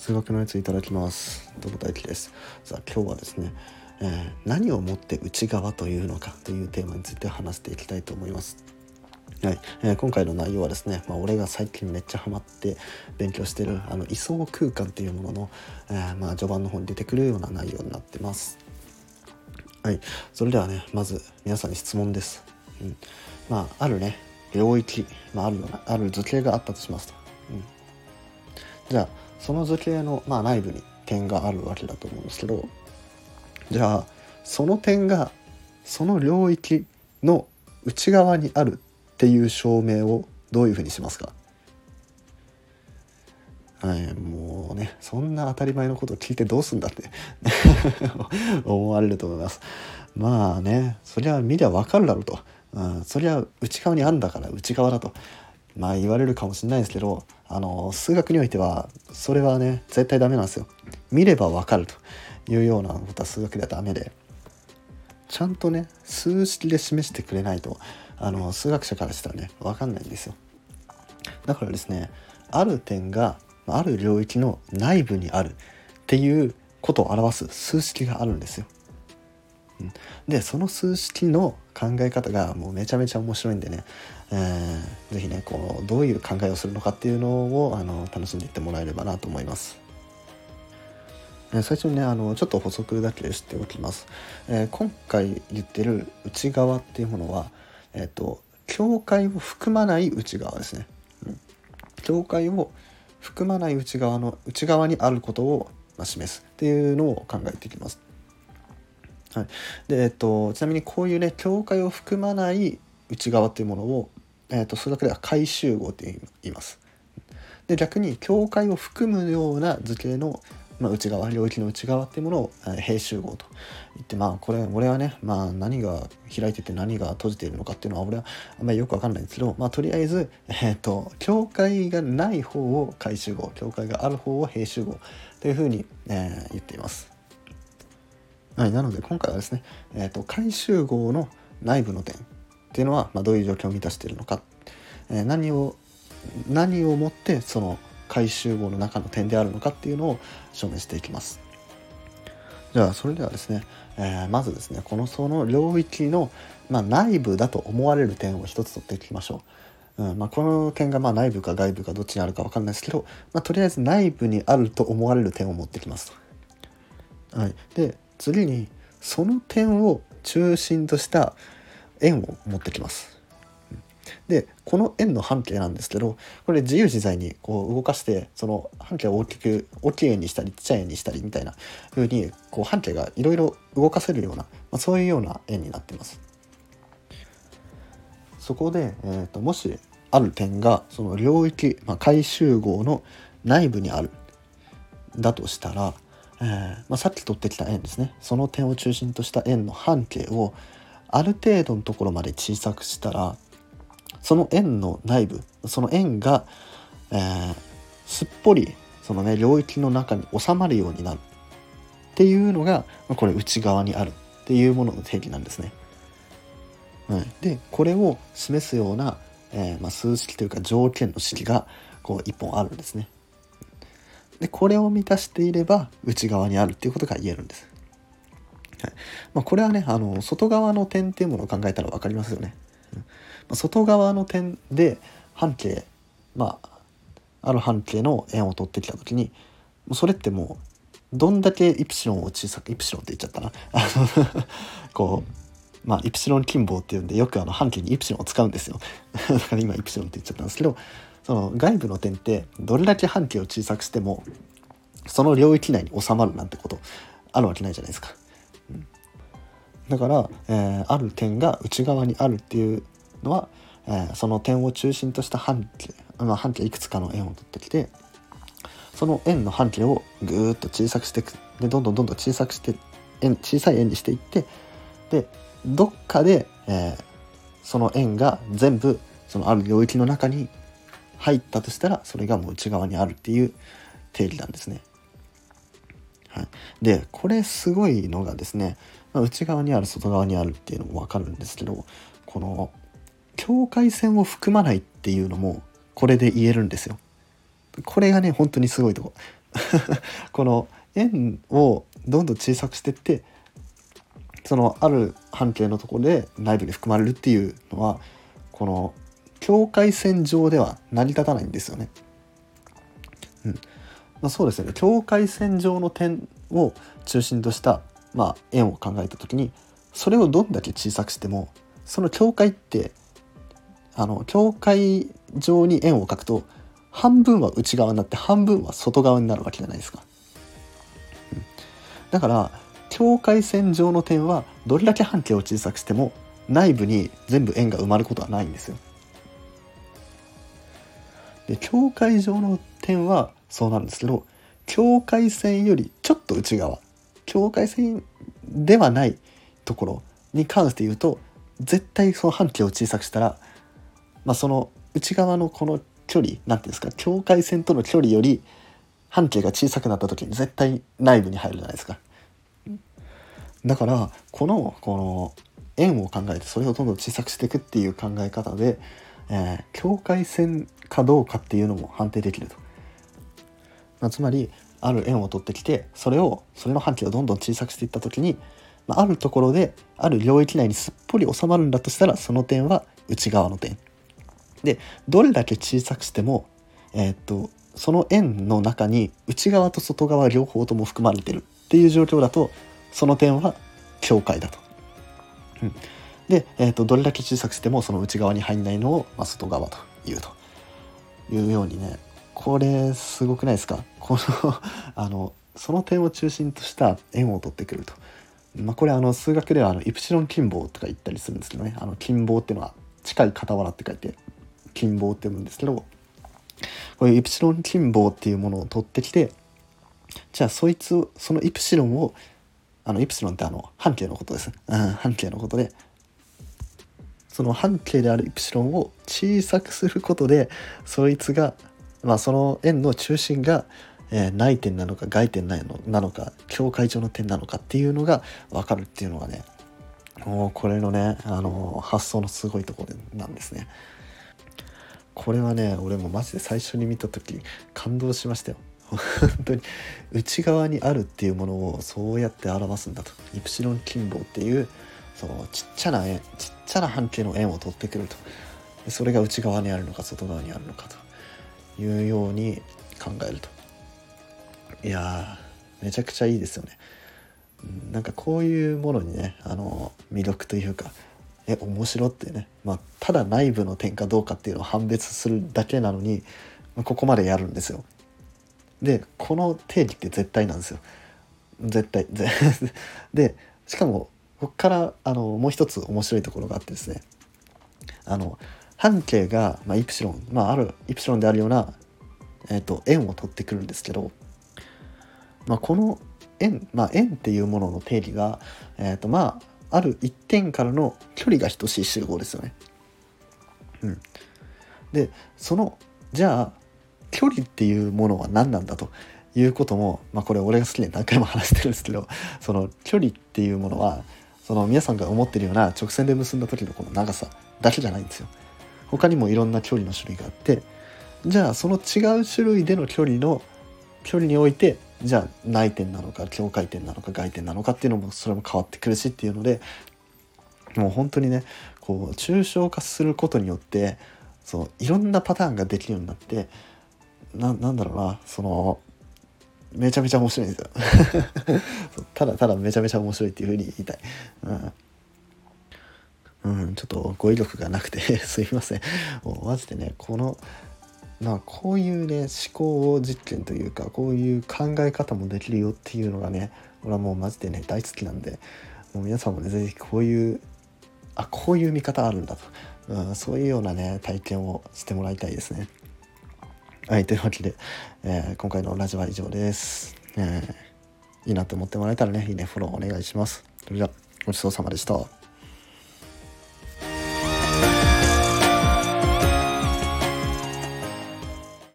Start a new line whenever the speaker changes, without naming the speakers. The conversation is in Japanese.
数学のやついただきます。どうも大輝です。さあ今日はですね、何をもって内側というのかというテーマについて話していきたいと思います。はい、今回の内容はですね、俺が最近めっちゃハマって勉強している位相空間というものの、序盤の方に出てくるような内容になってます。はい、それではね、まず皆さんに質問です。あるね領域、ある図形があったとしますと。じゃあその図形の、内部に点があるわけだと思うんですけど、じゃあその点がその領域の内側にあるっていう証明をどういうふうにしますか？はい、もうね、そんな当たり前のことを聞いてどうすんだって思われると思います。まあね、そりゃ見りゃ分かるだろうと、そりゃ内側にあんだから内側だと言われるかもしれないですけど、数学においてはそれはね絶対ダメなんですよ。見れば分かるというようなことは数学ではダメで、ちゃんとね数式で示してくれないと数学者からしたらね分かんないんですよ。だからですね、ある点がある領域の内部にあるっていうことを表す数式があるんですよ。でその数式の考え方がもうめちゃめちゃ面白いんでね、ぜひねどういう考えをするのかっていうのを楽しんでいってもらえればなと思います。最初にねちょっと補足だけしておきます。今回言ってる内側っていうものは、境界を含まない内側ですね。境界を含まない内側の内側にあることを示すっていうのを考えていきます。はい、でちなみにこういうね境界を含まない内側っていうものを、数学では回集合って言います。で逆に境界を含むような図形の、内側、領域の内側っていうものを閉集合と言って、俺はね、何が開いてて何が閉じているのかっていうのは俺はあんまりよく分かんないんですけど、とりあえず、境界がない方を回集合、境界がある方を閉集合というふうに、言っています。はい、なので今回はですね、回集合の内部の点っていうのは、どういう状況を満たしているのか、何をもってその回集合の中の点であるのかっていうのを証明していきます。じゃあそれではですね、まずですねその領域の、内部だと思われる点を一つ取っていきましょう。この点が内部か外部かどっちにあるか分かんないですけど、とりあえず内部にあると思われる点を持ってきます。はい、で次にその点を中心とした円を持ってきます。でこの円の半径なんですけど、これ自由自在に動かしてその半径を大きい円にしたりちっちゃい円にしたりみたいな風に半径がいろいろ動かせるような、そういうような円になっています。そこで、もしある点がその領域、回集合の内部にあるだとしたら、さっき取ってきた円ですね、その点を中心とした円の半径をある程度のところまで小さくしたら、その円の内部、その円が、すっぽりそのね領域の中に収まるようになるっていうのが、これ内側にあるっていうものの定義なんですね。でこれを示すような、数式というか条件の式が一本あるんですね。でこれを満たしていれば内側にあるっていうことが言えるんです。これはね外側の点っていうものを考えたら分かりますよね。外側の点で半径、ある半径の円を取ってきた時に、それってもうどんだけイプシロンを小さく、イプシロンって言っちゃったなイプシロン近傍っていうんでよく半径にイプシロンを使うんですよだから今イプシロンって言っちゃったんですけど、その外部の点ってどれだけ半径を小さくしてもその領域内に収まるなんてことあるわけないじゃないですか。だから、ある点が内側にあるっていうのは、その点を中心とした半径いくつかの円を取ってきて、その円の半径をぐーっと小さくしていく。でどんどん小さくして小さい円にしていって、でどっかで、その円が全部そのある領域の中に入ったとしたら、それがもう内側にあるっていう定義なんですね。でこれすごいのがですね、内側にある外側にあるっていうのも分かるんですけど、この境界線を含まないっていうのもこれで言えるんですよ。これがね本当にすごいとこ。 この円をどんどん小さくしていって、そのある半径のところで内部に含まれるっていうのは、この境界線上では成り立たないんですよね。そうですよね。境界線上の点を中心とした、円を考えた時に、それをどんだけ小さくしても、その境界って境界上に円を描くと、半分は内側になって半分は外側になるわけじゃないですか。だから境界線上の点はどれだけ半径を小さくしても内部に全部円が埋まることはないんですよ。で境界上の点はそうなんですけど、境界線よりちょっと内側、境界線ではないところに関して言うと、絶対その半径を小さくしたら、その内側のこの距離、なんていうんですか、境界線との距離より半径が小さくなった時に絶対内部に入るじゃないですか。だからこの円を考えて、それをどんどん小さくしていくっていう考え方で、境界線かどうかっていうのも判定できると。つまりある円を取ってきて、それの半径をどんどん小さくしていった時に、あるところである領域内にすっぽり収まるんだとしたら、その点は内側の点で、どれだけ小さくしても、その円の中に内側と外側両方とも含まれてるっていう状況だと、その点は境界だと。で、どれだけ小さくしてもその内側に入んないのを、外側というようにね、これすごくないですか。このその点を中心とした円を取ってくると。これ数学ではイプシロン近傍とか言ったりするんですけどね。近傍っていうのは近い傍らって書いて近傍って読むんですけど、こういうイプシロン近傍っていうものを取ってきて、じゃあそのイプシロンをイプシロンって半径のことです。半径のことで、その半径であるイプシロンを小さくすることで、そいつが、その円の中心が、内点なのか外点なのか境界上の点なのかっていうのが分かるっていうのがね、もうこれのね、発想のすごいところなんですね。これはね、俺もマジで最初に見た時感動しましたよ。本当に内側にあるっていうものをそうやって表すんだと。イプシロン近傍っていうそのちっちゃな半径の円を取ってくると。それが内側にあるのか外側にあるのかというように考えると。いやー、めちゃくちゃいいですよね。なんかこういうものにね、魅力というか、面白ってね、ただ内部の点かどうかっていうのを判別するだけなのに、ここまでやるんですよ。でこの定義って絶対なんですよ。絶対でしかもここからもう一つ面白いところがあってですね、半径が、イプシロン、あるイプシロンであるような、円を取ってくるんですけど、この円、円っていうものの定義が、ある一点からの距離が等しい集合ですよね。でじゃあ距離っていうものは何なんだということも、これ俺が好きで何回も話してるんですけど、その距離っていうものはその皆さんが思ってるような直線で結んだ時のこの長さだけじゃないんですよ。他にもいろんな距離の種類があって、じゃあその違う種類での距離において、じゃあ内点なのか境界点なのか外点なのかっていうのもそれも変わってくるしっていうので、もう本当にね、こう抽象化することによっていろんなパターンができるようになって、なんだろうな、めちゃめちゃ面白いんですよただただめちゃめちゃ面白いっていう風に言いたい。ちょっと語彙力がなくてすいません。もうマジでね、こういうね思考実験というか、こういう考え方もできるよっていうのがね、俺はもうマジでね大好きなんで、もう皆さんもねぜひこういう見方あるんだと、そういうようなね体験をしてもらいたいですね。はい、というわけで、今回のラジオは以上です。いいなと思ってもらえたらね、いいね、フォローお願いします。それではごちそうさまでした。